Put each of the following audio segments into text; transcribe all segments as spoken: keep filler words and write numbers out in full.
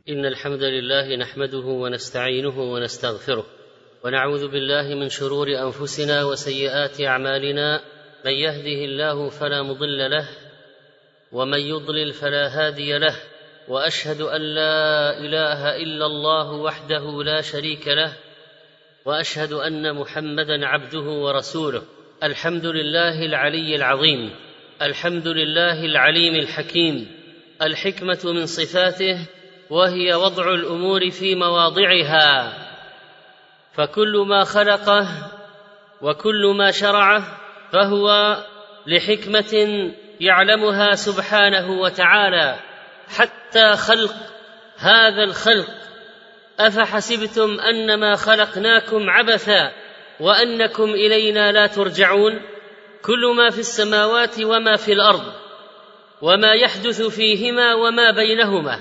إن الحمد لله نحمده ونستعينه ونستغفره ونعوذ بالله من شرور أنفسنا وسيئات أعمالنا. من يهده الله فلا مضل له ومن يضلل فلا هادي له، وأشهد أن لا إله إلا الله وحده لا شريك له، وأشهد أن محمدًا عبده ورسوله. الحمد لله العلي العظيم، الحمد لله العليم الحكيم. الحكمة من صفاته، وهي وضع الأمور في مواضعها، فكل ما خلقه وكل ما شرعه فهو لحكمة يعلمها سبحانه وتعالى، حتى خلق هذا الخلق. أفحسبتم أنما خلقناكم عبثا وأنكم إلينا لا ترجعون؟ كل ما في السماوات وما في الأرض وما يحدث فيهما وما بينهما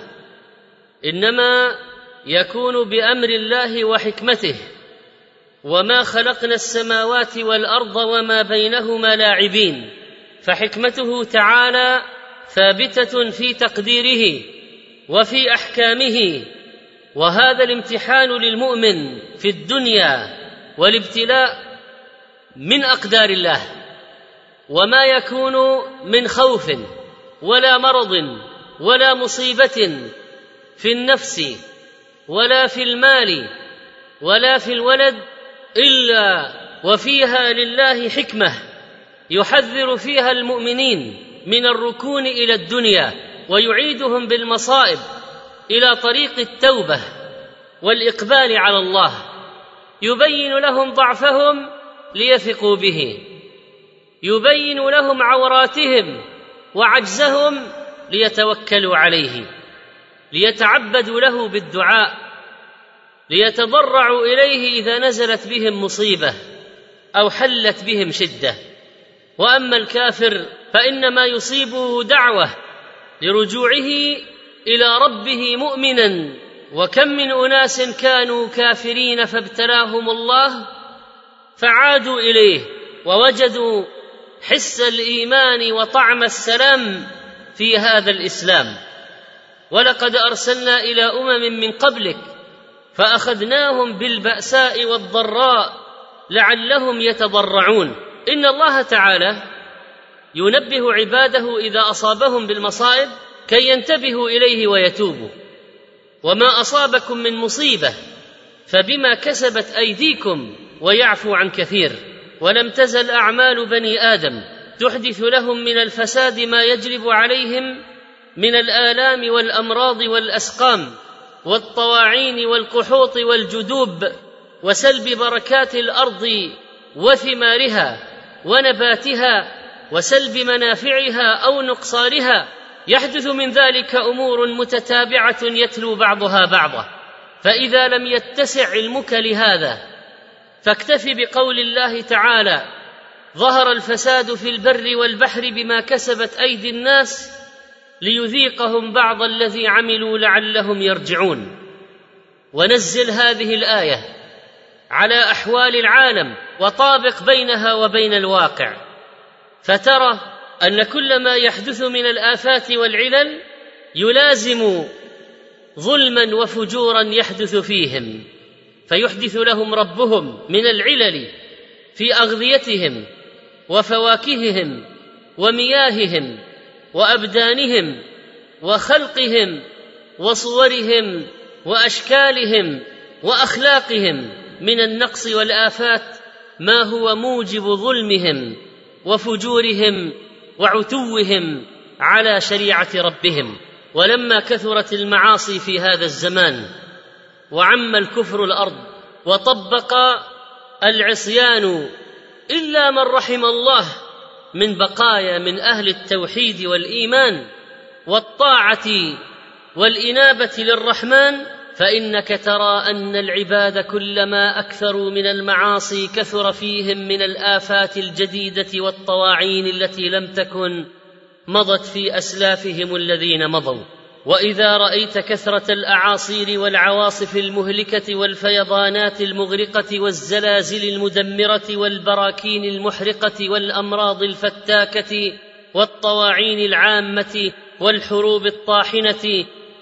إنما يكون بأمر الله وحكمته، وما خلقنا السماوات والأرض وما بينهما لاعبين. فحكمته تعالى ثابتة في تقديره وفي أحكامه، وهذا الامتحان للمؤمن في الدنيا والابتلاء من أقدار الله. وما يكون من خوف ولا مرض ولا مصيبة في النفس ولا في المال ولا في الولد إلا وفيها لله حكمة يحذر فيها المؤمنين من الركون إلى الدنيا، ويعيدهم بالمصائب إلى طريق التوبة والإقبال على الله. يبين لهم ضعفهم ليثقوا به، يبين لهم عوراتهم وعجزهم ليتوكلوا عليه، ليتعبدوا له بالدعاء، ليتضرعوا إليه إذا نزلت بهم مصيبة أو حلت بهم شدة. وأما الكافر فإنما يصيبه دعوة لرجوعه إلى ربه مؤمنا. وكم من أناس كانوا كافرين فابتلاهم الله فعادوا إليه ووجدوا حس الإيمان وطعم السلام في هذا الإسلام. ولقد أرسلنا إلى أمم من قبلك فأخذناهم بالبأساء والضراء لعلهم يتضرعون. إن الله تعالى ينبه عباده إذا أصابهم بالمصائب كي ينتبهوا إليه ويتوبوا. وما أصابكم من مصيبة فبما كسبت أيديكم ويعفو عن كثير. ولم تزل أعمال بني آدم تحدث لهم من الفساد ما يجلب عليهم من الآلام والأمراض والأسقام والطواعين والقحوط والجدوب، وسلب بركات الأرض وثمارها ونباتها، وسلب منافعها أو نقصانها. يحدث من ذلك أمور متتابعة يتلو بعضها بعضا. فإذا لم يتسع علمك لهذا فاكتف بقول الله تعالى: ظهر الفساد في البر والبحر بما كسبت أيدي الناس ليذيقهم بعض الذي عملوا لعلهم يرجعون. ونزل هذه الآية على أحوال العالم وطابق بينها وبين الواقع، فترى أن كل ما يحدث من الآفات والعلل يلازم ظلما وفجورا يحدث فيهم، فيحدث لهم ربهم من العلل في أغذيتهم وفواكههم ومياههم وأبدانهم وخلقهم وصورهم وأشكالهم وأخلاقهم من النقص والآفات ما هو موجب ظلمهم وفجورهم وعتوهم على شريعة ربهم. ولما كثرت المعاصي في هذا الزمان وعم الكفر الأرض وطبق العصيان إلا من رحم الله من بقايا من أهل التوحيد والإيمان والطاعة والإنابة للرحمن، فإنك ترى أن العباد كلما أكثروا من المعاصي كثر فيهم من الآفات الجديدة والطواعين التي لم تكن مضت في أسلافهم الذين مضوا. وإذا رأيت كثرة الأعاصير والعواصف المهلكة والفيضانات المغرقة والزلازل المدمرة والبراكين المحرقة والأمراض الفتاكة والطواعين العامة والحروب الطاحنة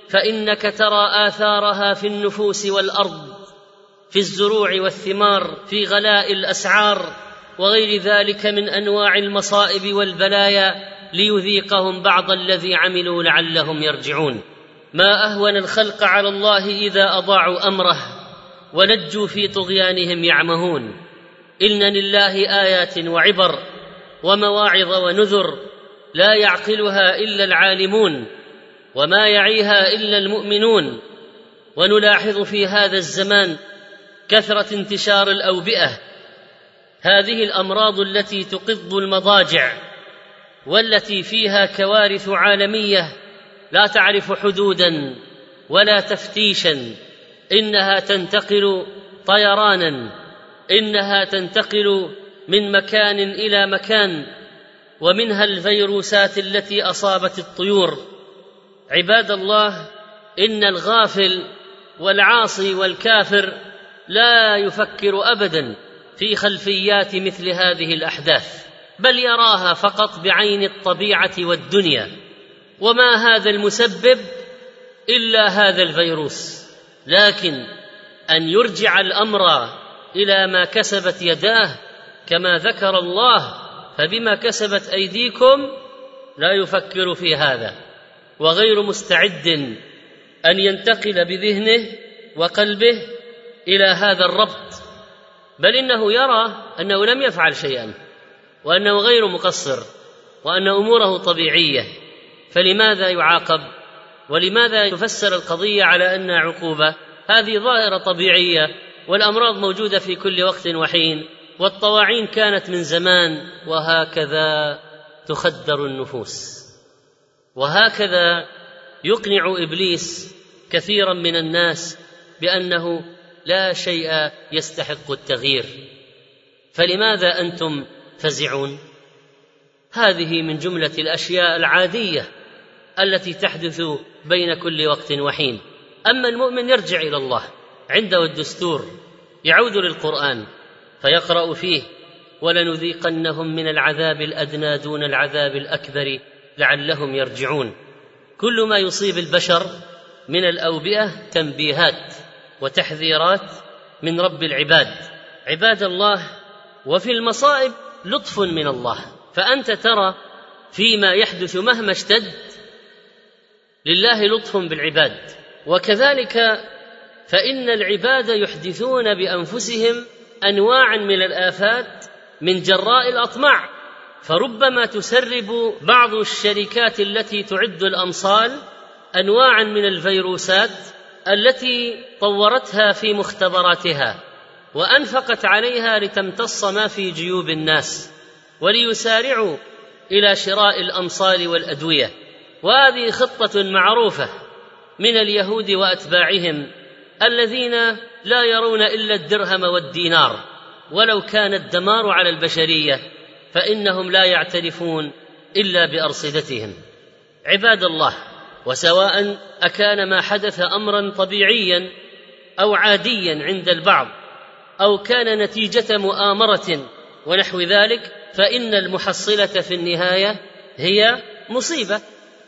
فإنك ترى آثارها في النفوس والأرض، في الزروع والثمار، في غلاء الأسعار وغير ذلك من أنواع المصائب والبلايا، ليذيقهم بعض الذي عملوا لعلهم يرجعون. ما أهون الخلق على الله إذا أضاعوا أمره ولجوا في طغيانهم يعمهون. إن لله آيات وعبر ومواعظ ونذر لا يعقلها إلا العالمون وما يعيها إلا المؤمنون. ونلاحظ في هذا الزمان كثرة انتشار الأوبئة، هذه الأمراض التي تقض المضاجع والتي فيها كوارث عالمية لا تعرف حدودا ولا تفتيشا، إنها تنتقل طيرانا، إنها تنتقل من مكان إلى مكان، ومنها الفيروسات التي أصابت الطيور. عباد الله، إن الغافل والعاصي والكافر لا يفكر أبدا في خلفيات مثل هذه الأحداث، بل يراها فقط بعين الطبيعة والدنيا. وما هذا المسبب إلا هذا الفيروس، لكن أن يرجع الأمر إلى ما كسبت يداه كما ذكر الله فبما كسبت أيديكم، لا يفكر في هذا، وغير مستعد أن ينتقل بذهنه وقلبه إلى هذا الربط، بل إنه يرى أنه لم يفعل شيئا وأنه غير مقصر وأن أموره طبيعية، فلماذا يعاقب؟ ولماذا تفسر القضية على أنها عقوبة؟ هذه ظاهرة طبيعية، والأمراض موجودة في كل وقت وحين، والطواعين كانت من زمان، وهكذا تخدر النفوس، وهكذا يقنع إبليس كثيرا من الناس بأنه لا شيء يستحق التغيير. فلماذا أنتم فزعون؟ هذه من جملة الأشياء العادية التي تحدث بين كل وقت وحين. أما المؤمن يرجع إلى الله، عنده الدستور، يعود للقرآن فيقرأ فيه: ولنذيقنهم من العذاب الأدنى دون العذاب الأكبر لعلهم يرجعون. كل ما يصيب البشر من الأوبئة تنبيهات وتحذيرات من رب العباد. عباد الله، وفي المصائب لطف من الله، فأنت ترى فيما يحدث مهما اشتد لله لطف بالعباد، وكذلك فإن العباد يحدثون بأنفسهم أنواعا من الآفات من جراء الأطماع، فربما تسرب بعض الشركات التي تعد الأمصال أنواعا من الفيروسات التي طورتها في مختبراتها وأنفقت عليها لتمتص ما في جيوب الناس وليسارعوا إلى شراء الأمصال والأدوية. وهذه خطة معروفة من اليهود وأتباعهم الذين لا يرون إلا الدرهم والدينار، ولو كان الدمار على البشرية فإنهم لا يعترفون إلا بأرصدتهم. عباد الله، وسواء أكان ما حدث أمرا طبيعيا أو عاديا عند البعض أو كان نتيجة مؤامرة ونحو ذلك، فإن المحصلة في النهاية هي مصيبة.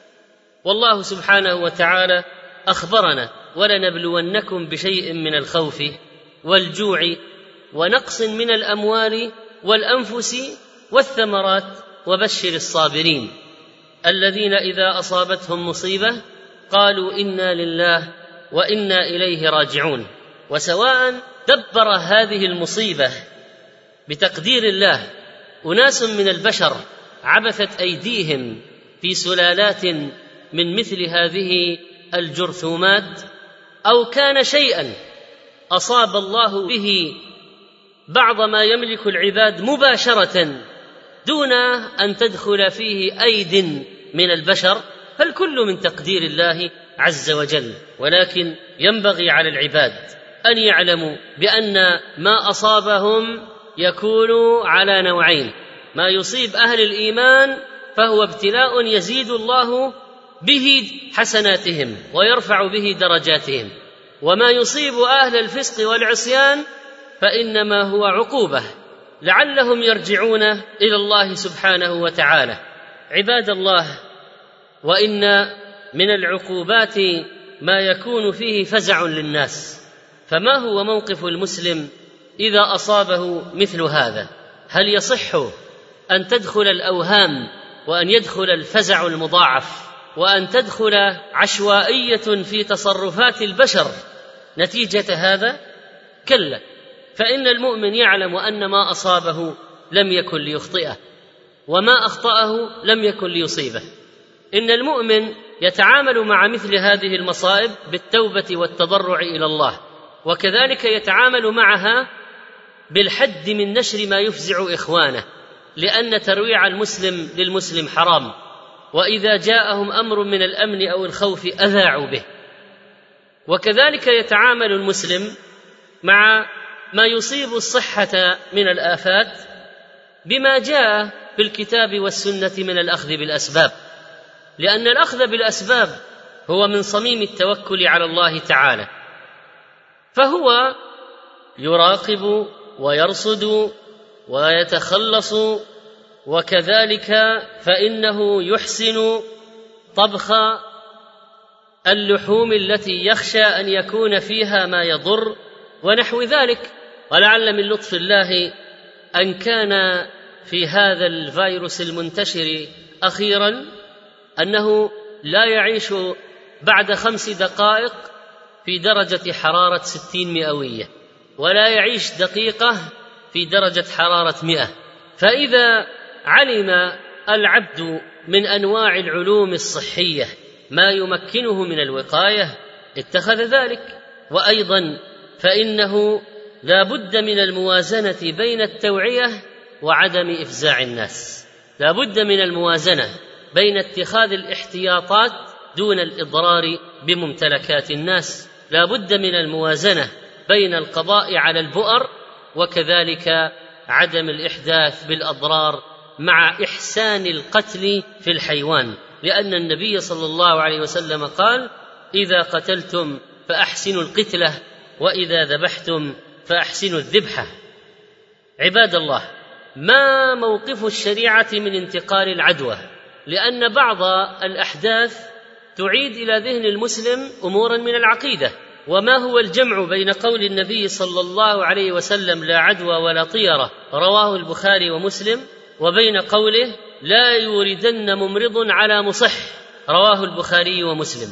والله سبحانه وتعالى أخبرنا: ولنبلونكم بشيء من الخوف والجوع ونقص من الأموال والأنفس والثمرات وبشر الصابرين الذين إذا أصابتهم مصيبة قالوا إنا لله وإنا إليه راجعون. وسواء دبر هذه المصيبة بتقدير الله أناس من البشر عبثت أيديهم في سلالات من مثل هذه الجرثومات، أو كان شيئا أصاب الله به بعض ما يملك العباد مباشرة دون أن تدخل فيه أيد من البشر، فالكل من تقدير الله عز وجل. ولكن ينبغي على العباد أن يعلموا بأن ما أصابهم يكون على نوعين: ما يصيب أهل الإيمان فهو ابتلاء يزيد الله به حسناتهم ويرفع به درجاتهم، وما يصيب أهل الفسق والعصيان فإنما هو عقوبة لعلهم يرجعون إلى الله سبحانه وتعالى. عباد الله، وإن من العقوبات ما يكون فيه فزع للناس. فما هو موقف المسلم إذا أصابه مثل هذا؟ هل يصح أن تدخل الأوهام وأن يدخل الفزع المضاعف وأن تدخل عشوائية في تصرفات البشر نتيجة هذا؟ كلا، فإن المؤمن يعلم أن ما أصابه لم يكن ليخطئه وما أخطأه لم يكن ليصيبه. إن المؤمن يتعامل مع مثل هذه المصائب بالتوبة والتضرع إلى الله، وكذلك يتعامل معها بالحد من نشر ما يفزع إخوانه، لأن ترويع المسلم للمسلم حرام، وإذا جاءهم أمر من الأمن أو الخوف أذاعوا به. وكذلك يتعامل المسلم مع ما يصيب الصحة من الآفات بما جاء في الكتاب والسنة من الأخذ بالأسباب، لأن الأخذ بالأسباب هو من صميم التوكل على الله تعالى. فهو يراقب ويرصد ويتخلص، وكذلك فإنه يحسن طبخ اللحوم التي يخشى أن يكون فيها ما يضر ونحو ذلك. ولعل من لطف الله أن كان في هذا الفيروس المنتشر أخيرا أنه لا يعيش بعد خمس دقائق في درجة حرارة ستين مئوية، ولا يعيش دقيقة في درجة حرارة مئة. فإذا علم العبد من أنواع العلوم الصحية ما يمكنه من الوقاية اتخذ ذلك. وأيضا فإنه لا بد من الموازنة بين التوعية وعدم إفزاع الناس، لا بد من الموازنة بين اتخاذ الاحتياطات دون الإضرار بممتلكات الناس، لا بد من الموازنة بين القضاء على البؤر وكذلك عدم الإحداث بالأضرار مع إحسان القتل في الحيوان، لأن النبي صلى الله عليه وسلم قال: إذا قتلتم فأحسنوا القتلة وإذا ذبحتم فأحسنوا الذبحة. عباد الله، ما موقف الشريعة من انتقال العدوى؟ لأن بعض الأحداث تعيد إلى ذهن المسلم أمورا من العقيدة. وما هو الجمع بين قول النبي صلى الله عليه وسلم لا عدوى ولا طيرة رواه البخاري ومسلم، وبين قوله لا يوردن ممرض على مصح رواه البخاري ومسلم؟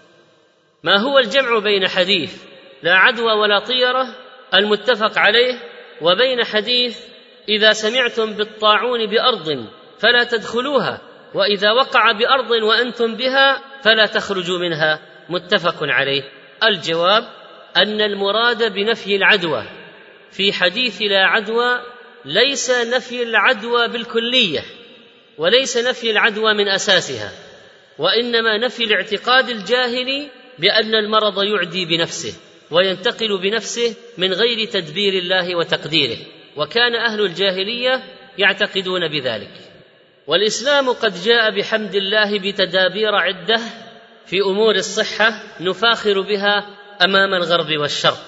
ما هو الجمع بين حديث لا عدوى ولا طيرة المتفق عليه وبين حديث إذا سمعتم بالطاعون بأرض فلا تدخلوها وإذا وقع بأرض وأنتم بها فلا تخرجوا منها متفق عليه؟ الجواب أن المراد بنفي العدوى في حديث لا عدوى ليس نفي العدوى بالكلية، وليس نفي العدوى من أساسها، وإنما نفي الاعتقاد الجاهلي بأن المرض يعدي بنفسه وينتقل بنفسه من غير تدبير الله وتقديره، وكان أهل الجاهلية يعتقدون بذلك. والإسلام قد جاء بحمد الله بتدابير عدة في أمور الصحة نفاخر بها أمام الغرب والشرق،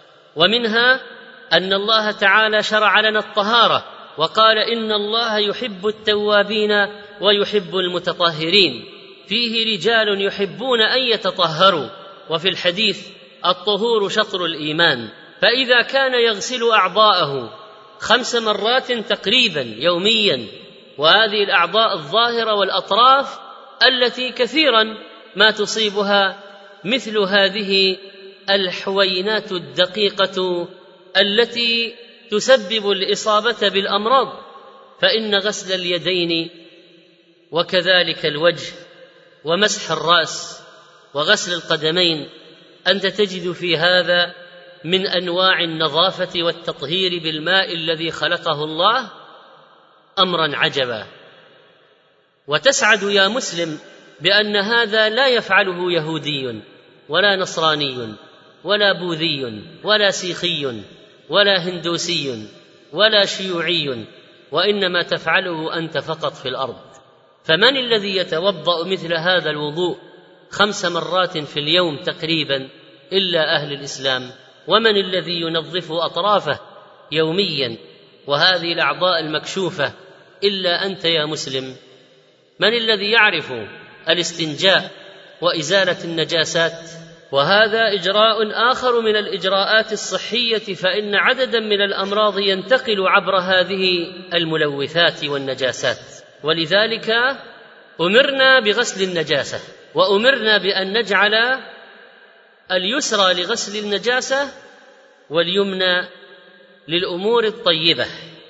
ومنها أن الله تعالى شرع لنا الطهارة وقال إن الله يحب التوابين ويحب المتطهرين، فيه رجال يحبون أن يتطهروا، وفي الحديث الطهور شطر الإيمان. فإذا كان يغسل أعضاءه خمس مرات تقريبا يوميا، وهذه الأعضاء الظاهرة والأطراف التي كثيرا ما تصيبها مثل هذه الحوينات الدقيقة التي تسبب الإصابة بالأمراض، فإن غسل اليدين وكذلك الوجه ومسح الرأس وغسل القدمين أنت تجد في هذا من أنواع النظافة والتطهير بالماء الذي خلقه الله أمرا عجبا. وتسعد يا مسلم بأن هذا لا يفعله يهودي ولا نصراني ولا بوذي ولا سيخي ولا هندوسي ولا شيوعي، وإنما تفعله أنت فقط في الأرض. فمن الذي يتوضأ مثل هذا الوضوء خمس مرات في اليوم تقريبا إلا أهل الإسلام؟ ومن الذي ينظف أطرافه يوميا وهذه الأعضاء المكشوفة إلا أنت يا مسلم؟ من الذي يعرف الاستنجاء وإزالة النجاسات وهذا إجراء آخر من الإجراءات الصحية، فإن عددا من الأمراض ينتقل عبر هذه الملوثات والنجاسات، ولذلك أمرنا بغسل النجاسة، وأمرنا بأن نجعل اليسرى لغسل النجاسة واليمنى للأمور الطيبة.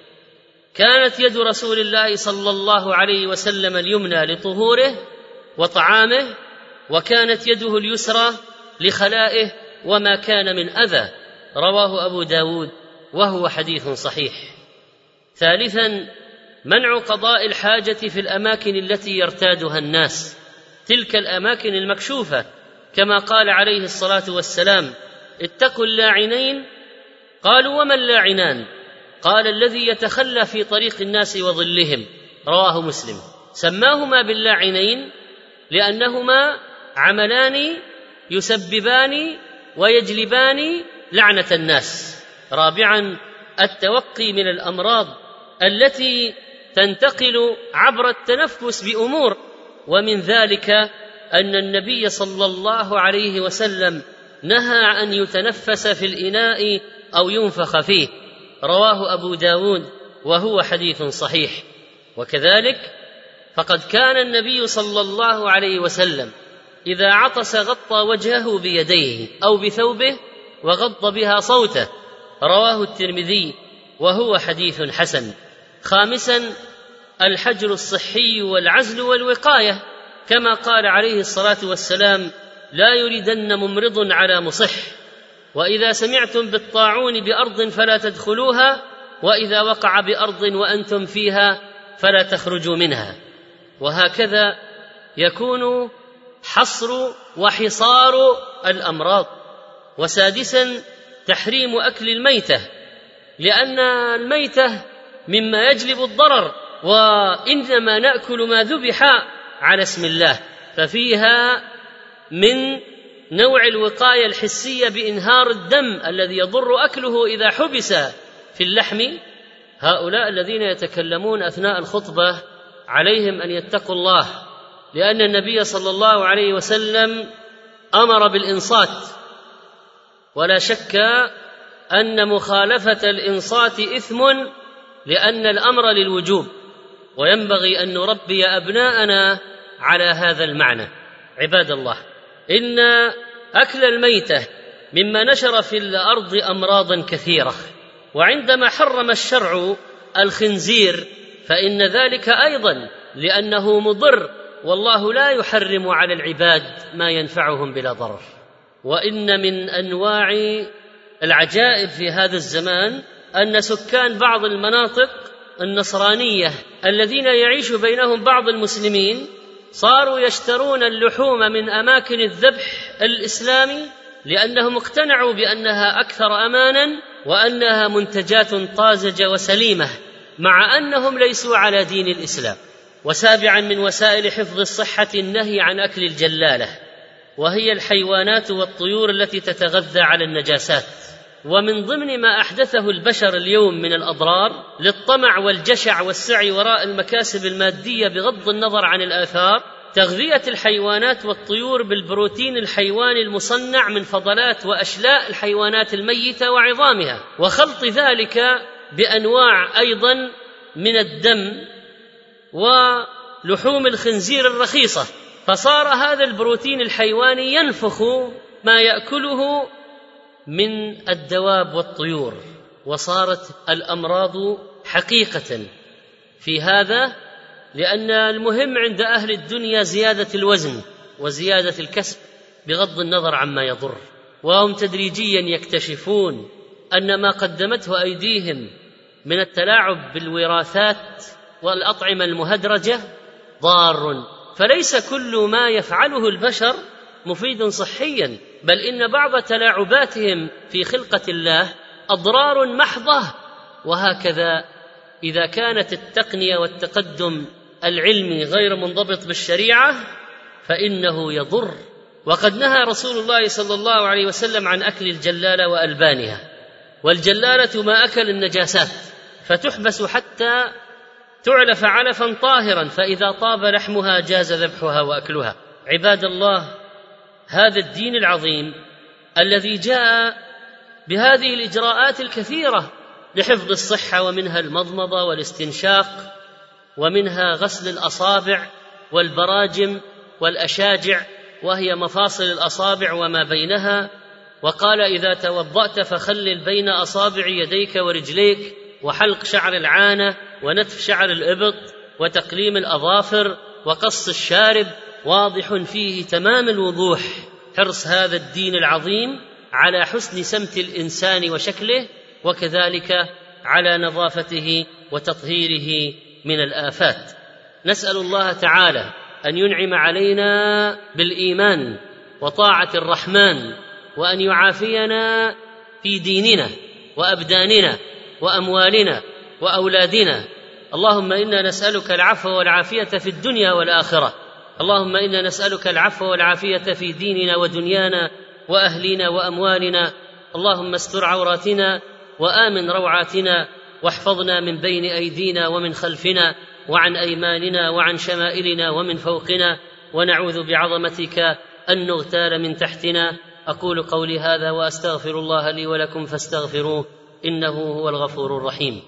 كانت يد رسول الله صلى الله عليه وسلم اليمنى لطهوره وطعامه، وكانت يده اليسرى لخلائه وما كان من أذى، رواه أبو داود وهو حديث صحيح. ثالثا، منع قضاء الحاجة في الأماكن التي يرتادها الناس، تلك الأماكن المكشوفة، كما قال عليه الصلاة والسلام: اتقوا اللاعنين. قالوا: وما اللاعنان؟ قال: الذي يتخلى في طريق الناس وظلهم، رواه مسلم. سماهما باللاعنين لأنهما عملان يسببان ويجلبان لعنة الناس. رابعا، التوقي من الأمراض التي تنتقل عبر التنفس بأمور، ومن ذلك أن النبي صلى الله عليه وسلم نهى أن يتنفس في الإناء أو ينفخ فيه، رواه أبو داود وهو حديث صحيح. وكذلك فقد كان النبي صلى الله عليه وسلم إذا عطس غطى وجهه بيديه أو بثوبه وغض بها صوته، رواه الترمذي وهو حديث حسن. خامسا، الحجر الصحي والعزل والوقاية، كما قال عليه الصلاة والسلام: لا يردن ممرض على مصح، وإذا سمعتم بالطاعون بأرض فلا تدخلوها، وإذا وقع بأرض وأنتم فيها فلا تخرجوا منها. وهكذا يكون حصر وحصار الأمراض. وسادسا، تحريم أكل الميتة، لأن الميتة مما يجلب الضرر، وإنما نأكل ما ذبح على اسم الله، ففيها من نوع الوقاية الحسية بإنهار الدم الذي يضر أكله إذا حبس في اللحم. هؤلاء الذين يتكلمون أثناء الخطبة عليهم أن يتقوا الله، لأن النبي صلى الله عليه وسلم أمر بالإنصات، ولا شك أن مخالفة الإنصات إثم، لأن الأمر للوجوب، وينبغي أن نربي أبناءنا على هذا المعنى. عباد الله، إن أكل الميتة مما نشر في الأرض أمراضا كثيرة، وعندما حرم الشرع الخنزير فإن ذلك أيضا لأنه مضر، والله لا يحرم على العباد ما ينفعهم بلا ضرر. وإن من أنواع العجائب في هذا الزمان أن سكان بعض المناطق النصرانية الذين يعيش بينهم بعض المسلمين صاروا يشترون اللحوم من أماكن الذبح الإسلامي، لأنهم اقتنعوا بأنها أكثر أمانا وأنها منتجات طازجة وسليمة، مع أنهم ليسوا على دين الإسلام. وسابعا، من وسائل حفظ الصحة النهي عن أكل الجلالة، وهي الحيوانات والطيور التي تتغذى على النجاسات. ومن ضمن ما أحدثه البشر اليوم من الأضرار للطمع والجشع والسعي وراء المكاسب المادية بغض النظر عن الآثار، تغذية الحيوانات والطيور بالبروتين الحيواني المصنع من فضلات وأشلاء الحيوانات الميتة وعظامها، وخلط ذلك بأنواع أيضا من الدم ولحوم الخنزير الرخيصة، فصار هذا البروتين الحيواني ينفخ ما يأكله من الدواب والطيور، وصارت الأمراض حقيقة في هذا، لأن المهم عند أهل الدنيا زيادة الوزن وزيادة الكسب بغض النظر عما يضر، وهم تدريجيا يكتشفون أن ما قدمته أيديهم من التلاعب بالوراثات والأطعمة المهدرجة ضار، فليس كل ما يفعله البشر مفيد صحيا، بل إن بعض تلاعباتهم في خلقة الله أضرار محضة. وهكذا إذا كانت التقنية والتقدم العلمي غير منضبط بالشريعة فإنه يضر. وقد نهى رسول الله صلى الله عليه وسلم عن أكل الجلالة وألبانها، والجلالة ما أكل النجاسات، فتحبس حتى تعلف علفا طاهرا، فإذا طاب لحمها جاز ذبحها وأكلها. عباد الله، هذا الدين العظيم الذي جاء بهذه الإجراءات الكثيرة لحفظ الصحة، ومنها المضمضة والاستنشاق، ومنها غسل الأصابع والبراجم والأشاجع وهي مفاصل الأصابع وما بينها، وقال إذا توضأت فخلل بين أصابع يديك ورجليك، وحلق شعر العانة، ونتف شعر الإبط، وتقليم الأظافر، وقص الشارب، واضح فيه تمام الوضوح حرص هذا الدين العظيم على حسن سمت الإنسان وشكله، وكذلك على نظافته وتطهيره من الآفات. نسأل الله تعالى أن ينعم علينا بالإيمان وطاعة الرحمن، وأن يعافينا في ديننا وأبداننا وأموالنا وأولادنا. اللهم إنا نسألك العفو والعافية في الدنيا والآخرة. اللهم إنا نسألك العفو والعافية في ديننا ودنيانا وأهلنا وأموالنا. اللهم استر عوراتنا وآمن روعاتنا، واحفظنا من بين أيدينا ومن خلفنا وعن أيماننا وعن شمائلنا ومن فوقنا، ونعوذ بعظمتك أن نغتال من تحتنا. أقول قولي هذا وأستغفر الله لي ولكم فاستغفروه إنه هو الغفور الرحيم.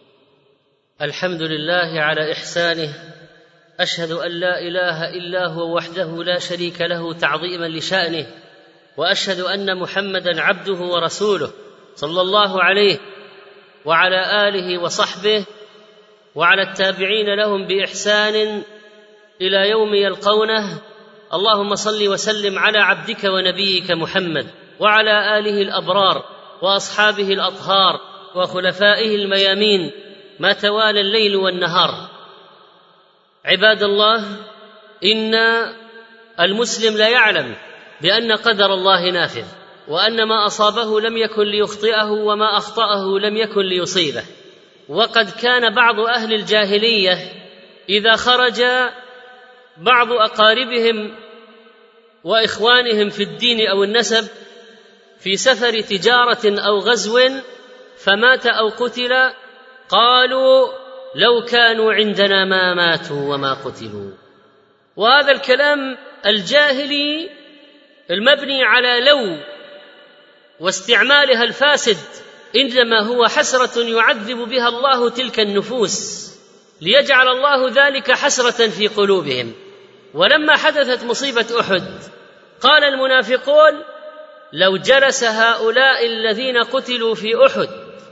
الحمد لله على إحسانه، أشهد أن لا إله إلا هو وحده لا شريك له تعظيما لشأنه، وأشهد أن محمدا عبده ورسوله صلى الله عليه وعلى آله وصحبه وعلى التابعين لهم بإحسان إلى يوم يلقونه. اللهم صل وسلم على عبدك ونبيك محمد وعلى آله الأبرار وأصحابه الأطهار وخلفائه الميامين ما توالى الليل والنهار. عباد الله، إن المسلم لا يعلم بأن قدر الله نافذ، وأن ما أصابه لم يكن ليخطئه، وما أخطأه لم يكن ليصيبه. وقد كان بعض أهل الجاهلية إذا خرج بعض أقاربهم وإخوانهم في الدين أو النسب في سفر تجارة أو غزو فمات أو قتل، قالوا لو كانوا عندنا ما ماتوا وما قتلوا. وهذا الكلام الجاهلي المبني على لو واستعمالها الفاسد إنما هو حسرة يعذب بها الله تلك النفوس، ليجعل الله ذلك حسرة في قلوبهم. ولما حدثت مصيبة أحد قال المنافقون لو جلس هؤلاء الذين قتلوا في أحد،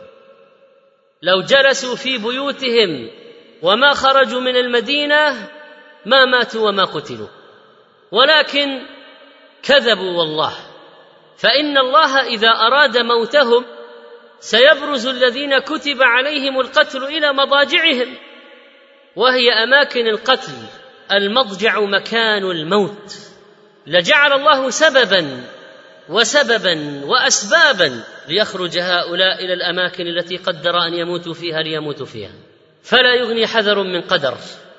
لو جلسوا في بيوتهم وما خرجوا من المدينة ما ماتوا وما قتلوا، ولكن كذبوا والله. فإن الله إذا أراد موتهم سيبرز الذين كتب عليهم القتل إلى مضاجعهم، وهي أماكن القتل المضجع مكان الموت، لجعل الله سببا وسببا وأسبابا ليخرج هؤلاء إلى الأماكن التي قدر أن يموتوا فيها ليموتوا فيها. فلا يغني حذر من قدر.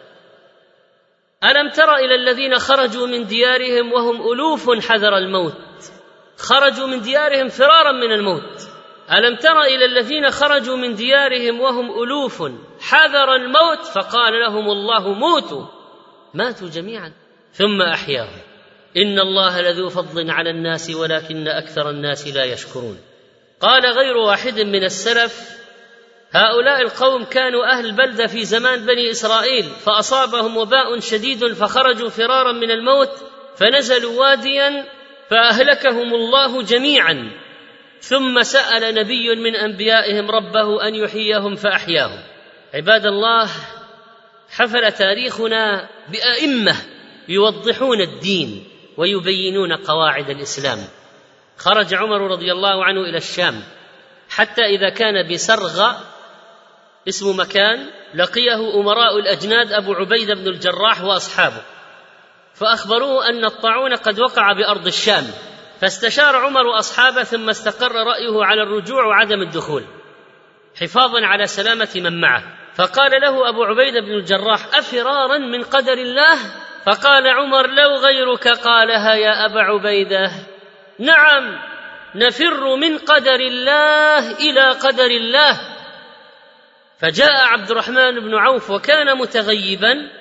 ألم تر إلى الذين خرجوا من ديارهم وهم ألوف حذر الموت، خرجوا من ديارهم فرارا من الموت. ألم تر إلى الذين خرجوا من ديارهم وهم ألوف حذر الموت فقال لهم الله موتوا، ماتوا جميعا ثم أحياهم. إن الله لذو فضل على الناس ولكن أكثر الناس لا يشكرون. قال غير واحد من السلف هؤلاء القوم كانوا أهل بلدة في زمان بني إسرائيل، فأصابهم وباء شديد فخرجوا فرارا من الموت، فنزلوا واديا فأهلكهم الله جميعا، ثم سأل نبي من أنبيائهم ربه أن يحييهم فأحياهم. عباد الله، حفل تاريخنا بأئمة يوضحون الدين ويبينون قواعد الإسلام. خرج عمر رضي الله عنه إلى الشام، حتى إذا كان بسرغ اسم مكان لقيه أمراء الأجناد أبو عبيدة بن الجراح وأصحابه، فأخبروه أن الطاعون قد وقع بأرض الشام، فاستشار عمر أصحابه ثم استقر رأيه على الرجوع وعدم الدخول حفاظا على سلامة من معه. فقال له أبو عبيدة بن الجراح أفرارا من قدر الله؟ فقال عمر لو غيرك قالها يا أبا عبيدة نعم، نفر من قدر الله إلى قدر الله. فجاء عبد الرحمن بن عوف وكان متغيبا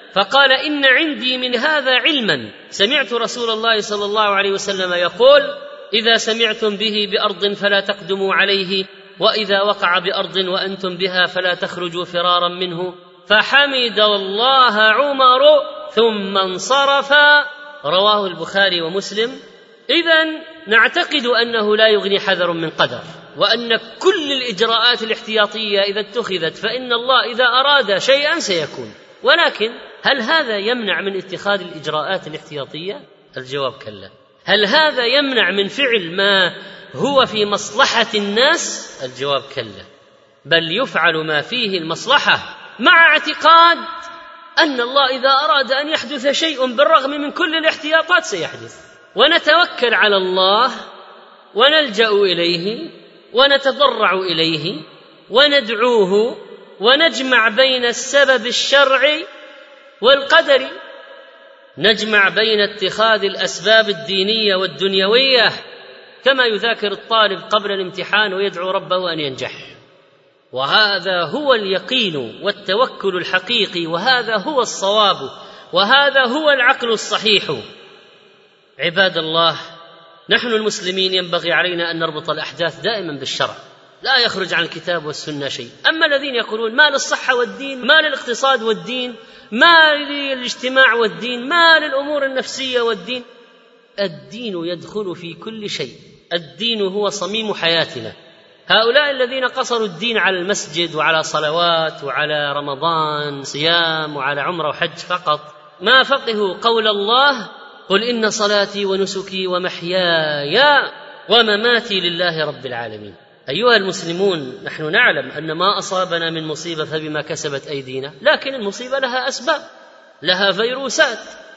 فقال: إن عندي من هذا علما، سمعت رسول الله صلى الله عليه وسلم يقول: إذا سمعتم به بأرض فلا تقدموا عليه، وإذا وقع بأرض وأنتم بها فلا تخرجوا فرارا منه. فحمد الله عمر ثم انصرف. رواه البخاري ومسلم. إذن نعتقد أنه لا يغني حذر من قدر، وأن كل الإجراءات الاحتياطية إذا اتخذت فإن الله إذا أراد شيئا سيكون. ولكن هل هذا يمنع من اتخاذ الإجراءات الاحتياطية؟ الجواب كلا. هل هذا يمنع من فعل ما هو في مصلحة الناس؟ الجواب كلا، بل يفعل ما فيه المصلحة مع اعتقاد أن الله إذا أراد أن يحدث شيء بالرغم من كل الاحتياطات سيحدث. ونتوكل على الله ونلجأ إليه ونتضرع إليه وندعوه ونجمع بين السبب الشرعي والقدري، نجمع بين اتخاذ الأسباب الدينية والدنيوية، كما يذاكر الطالب قبل الامتحان ويدعو ربه أن ينجح. وهذا هو اليقين والتوكل الحقيقي، وهذا هو الصواب، وهذا هو العقل الصحيح. عباد الله، نحن المسلمين ينبغي علينا أن نربط الأحداث دائما بالشرع، لا يخرج عن الكتاب والسنة شيء. أما الذين يقولون ما للصحة والدين، ما للاقتصاد والدين، ما للاجتماع والدين، ما للأمور النفسية والدين، الدين يدخل في كل شيء، الدين هو صميم حياتنا. هؤلاء الذين قصروا الدين على المسجد وعلى صلوات وعلى رمضان صيام وعلى عمرة وحج فقط، ما فقهوا قول الله: قل إن صلاتي ونسكي ومحياي ومماتي لله رب العالمين. أيها المسلمون، نحن نعلم أن ما أصابنا من مصيبة فبما كسبت أيدينا، لكن المصيبة لها أسباب، لها فيروسات،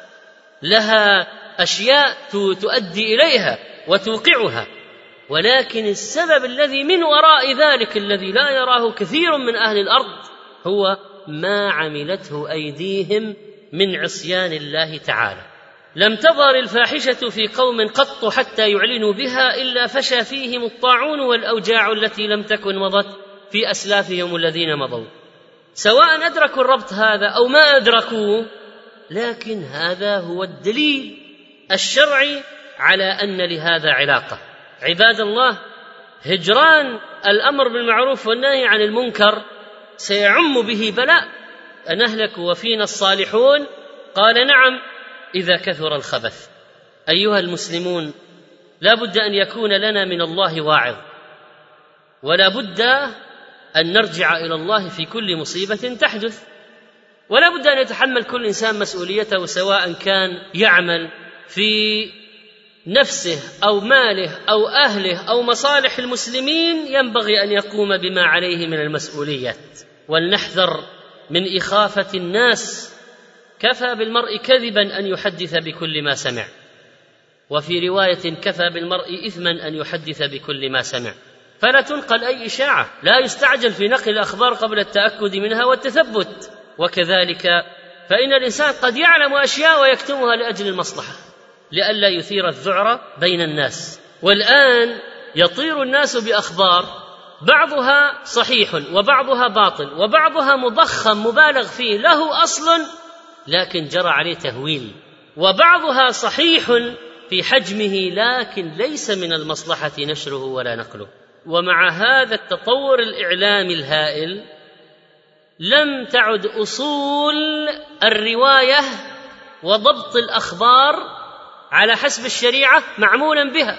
لها أشياء تؤدي إليها وتوقعها، ولكن السبب الذي من وراء ذلك الذي لا يراه كثير من أهل الأرض هو ما عملته أيديهم من عصيان الله تعالى. لم تظهر الفاحشة في قوم قط حتى يعلنوا بها إلا فشى فيهم الطاعون والأوجاع التي لم تكن مضت في أسلافهم الذين مضوا، سواء أدركوا الربط هذا أو ما أدركوه، لكن هذا هو الدليل الشرعي على أن لهذا علاقة. عباد الله، هجران الأمر بالمعروف والنهي عن المنكر سيعم به بلاء. أنهلك وفينا الصالحون؟ قال: نعم، إذا كثر الخبث. أيها المسلمون، لا بد أن يكون لنا من الله واعظ، ولا بد أن نرجع إلى الله في كل مصيبة تحدث، ولا بد أن يتحمل كل إنسان مسؤوليته، سواء كان يعمل في نفسه أو ماله أو أهله أو مصالح المسلمين، ينبغي أن يقوم بما عليه من المسؤوليات. ولنحذر من إخافة الناس، كفى بالمرء كذبا أن يحدث بكل ما سمع، وفي رواية: كفى بالمرء إثما أن يحدث بكل ما سمع. فلا تنقل أي إشاعة، لا يستعجل في نقل الأخبار قبل التأكد منها والتثبت. وكذلك فإن الإنسان قد يعلم أشياء ويكتمها لأجل المصلحة، لئلا يثير الذعر بين الناس. والآن يطير الناس بأخبار بعضها صحيح وبعضها باطل وبعضها مضخم مبالغ فيه له أصل لكن جرى عليه تهويل، وبعضها صحيح في حجمه لكن ليس من المصلحة نشره ولا نقله. ومع هذا التطور الإعلامي الهائل لم تعد أصول الرواية وضبط الأخبار على حسب الشريعة معمولا بها،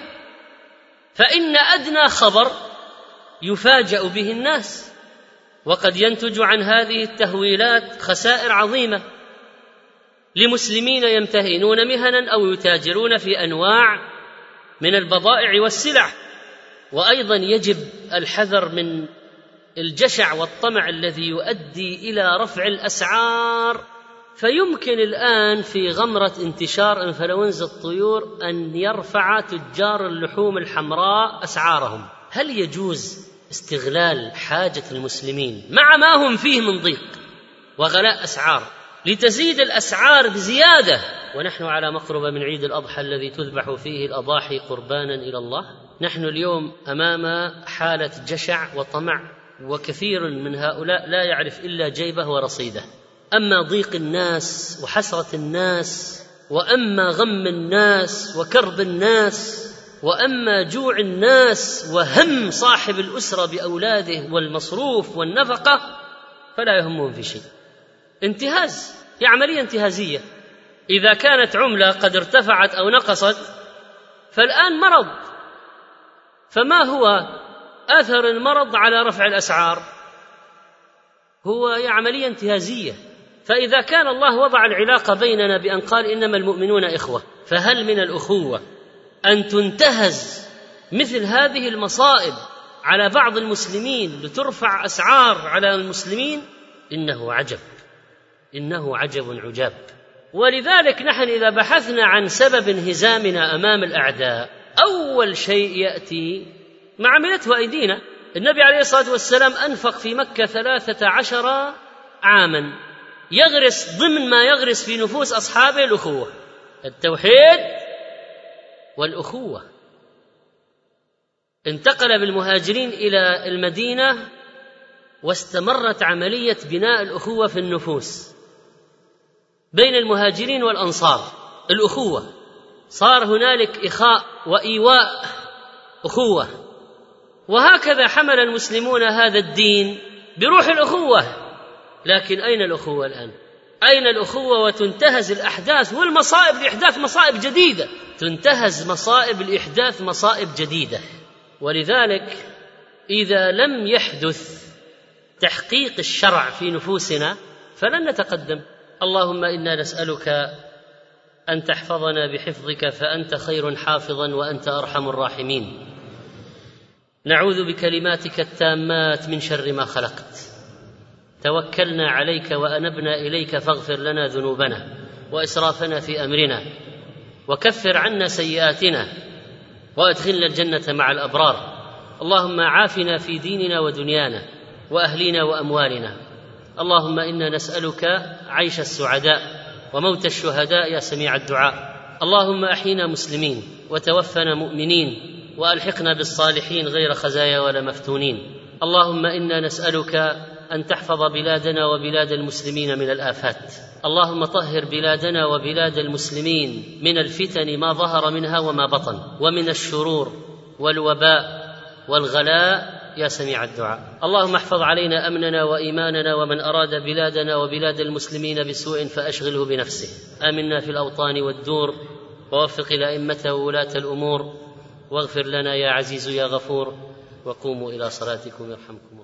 فإن أدنى خبر يفاجأ به الناس، وقد ينتج عن هذه التهويلات خسائر عظيمة لمسلمين يمتهنون مهنا أو يتاجرون في أنواع من البضائع والسلع. وأيضا يجب الحذر من الجشع والطمع الذي يؤدي إلى رفع الأسعار، فيمكن الآن في غمرة انتشار إنفلونزا الطيور أن يرفع تجار اللحوم الحمراء أسعارهم. هل يجوز استغلال حاجة المسلمين مع ما هم فيه من ضيق وغلاء أسعار لتزيد الأسعار بزيادة، ونحن على مقربة من عيد الأضحى الذي تذبح فيه الأضاحي قربانا إلى الله؟ نحن اليوم أمام حالة جشع وطمع، وكثير من هؤلاء لا يعرف إلا جيبه ورصيده. أما ضيق الناس وحسرة الناس، وأما غم الناس وكرب الناس، وأما جوع الناس وهم صاحب الأسرة بأولاده والمصروف والنفقة، فلا يهمهم في شيء. انتهاز، هي عملية انتهازية. إذا كانت عملة قد ارتفعت أو نقصت فالآن مرض، فما هو أثر المرض على رفع الأسعار؟ هو عملية انتهازية. فإذا كان الله وضع العلاقة بيننا بأن قال إنما المؤمنون إخوة، فهل من الأخوة أن تنتهز مثل هذه المصائب على بعض المسلمين لترفع أسعار على المسلمين؟ إنه عجب، إنه عجب عجاب. ولذلك نحن إذا بحثنا عن سبب انهزامنا أمام الأعداء، أول شيء يأتي ما عملته أيدينا. النبي عليه الصلاة والسلام أنفق في مكة ثلاثة عشر عاما يغرس ضمن ما يغرس في نفوس أصحابه الأخوة، التوحيد والأخوة. انتقل بالمهاجرين إلى المدينة واستمرت عملية بناء الأخوة في النفوس بين المهاجرين والأنصار. الأخوة صار هنالك إخاء وإيواء، أخوة. وهكذا حمل المسلمون هذا الدين بروح الأخوة. لكن أين الأخوة الآن؟ أين الأخوة؟ وتنتهز الأحداث والمصائب لإحداث مصائب جديدة، تنتهز مصائب الإحداث مصائب جديدة. ولذلك إذا لم يحدث تحقيق الشرع في نفوسنا فلن نتقدم. اللهم إنا نسألك أن تحفظنا بحفظك فأنت خير حافظا وأنت أرحم الراحمين. نعوذ بكلماتك التامات من شر ما خلقت. توكلنا عليك وأنبنا إليك فاغفر لنا ذنوبنا وإسرافنا في أمرنا وكفر عنا سيئاتنا وأدخلنا الجنة مع الأبرار. اللهم عافنا في ديننا ودنيانا وأهلنا وأموالنا. اللهم إنا نسألك عيش السعداء وموت الشهداء يا سميع الدعاء. اللهم أحينا مسلمين وتوفنا مؤمنين وألحقنا بالصالحين غير خزايا ولا مفتونين. اللهم إنا نسألك أن تحفظ بلادنا وبلاد المسلمين من الآفات. اللهم طهر بلادنا وبلاد المسلمين من الفتن ما ظهر منها وما بطن، ومن الشرور والوباء والغلاء يا سميع الدعاء. اللهم احفظ علينا أمننا وإيماننا، ومن أراد بلادنا وبلاد المسلمين بسوء فأشغله بنفسه. آمنا في الأوطان والدور، ووفق الأئمة وولاة الأمور، واغفر لنا يا عزيز يا غفور. وقوموا إلى صلاتكم يرحمكم الله.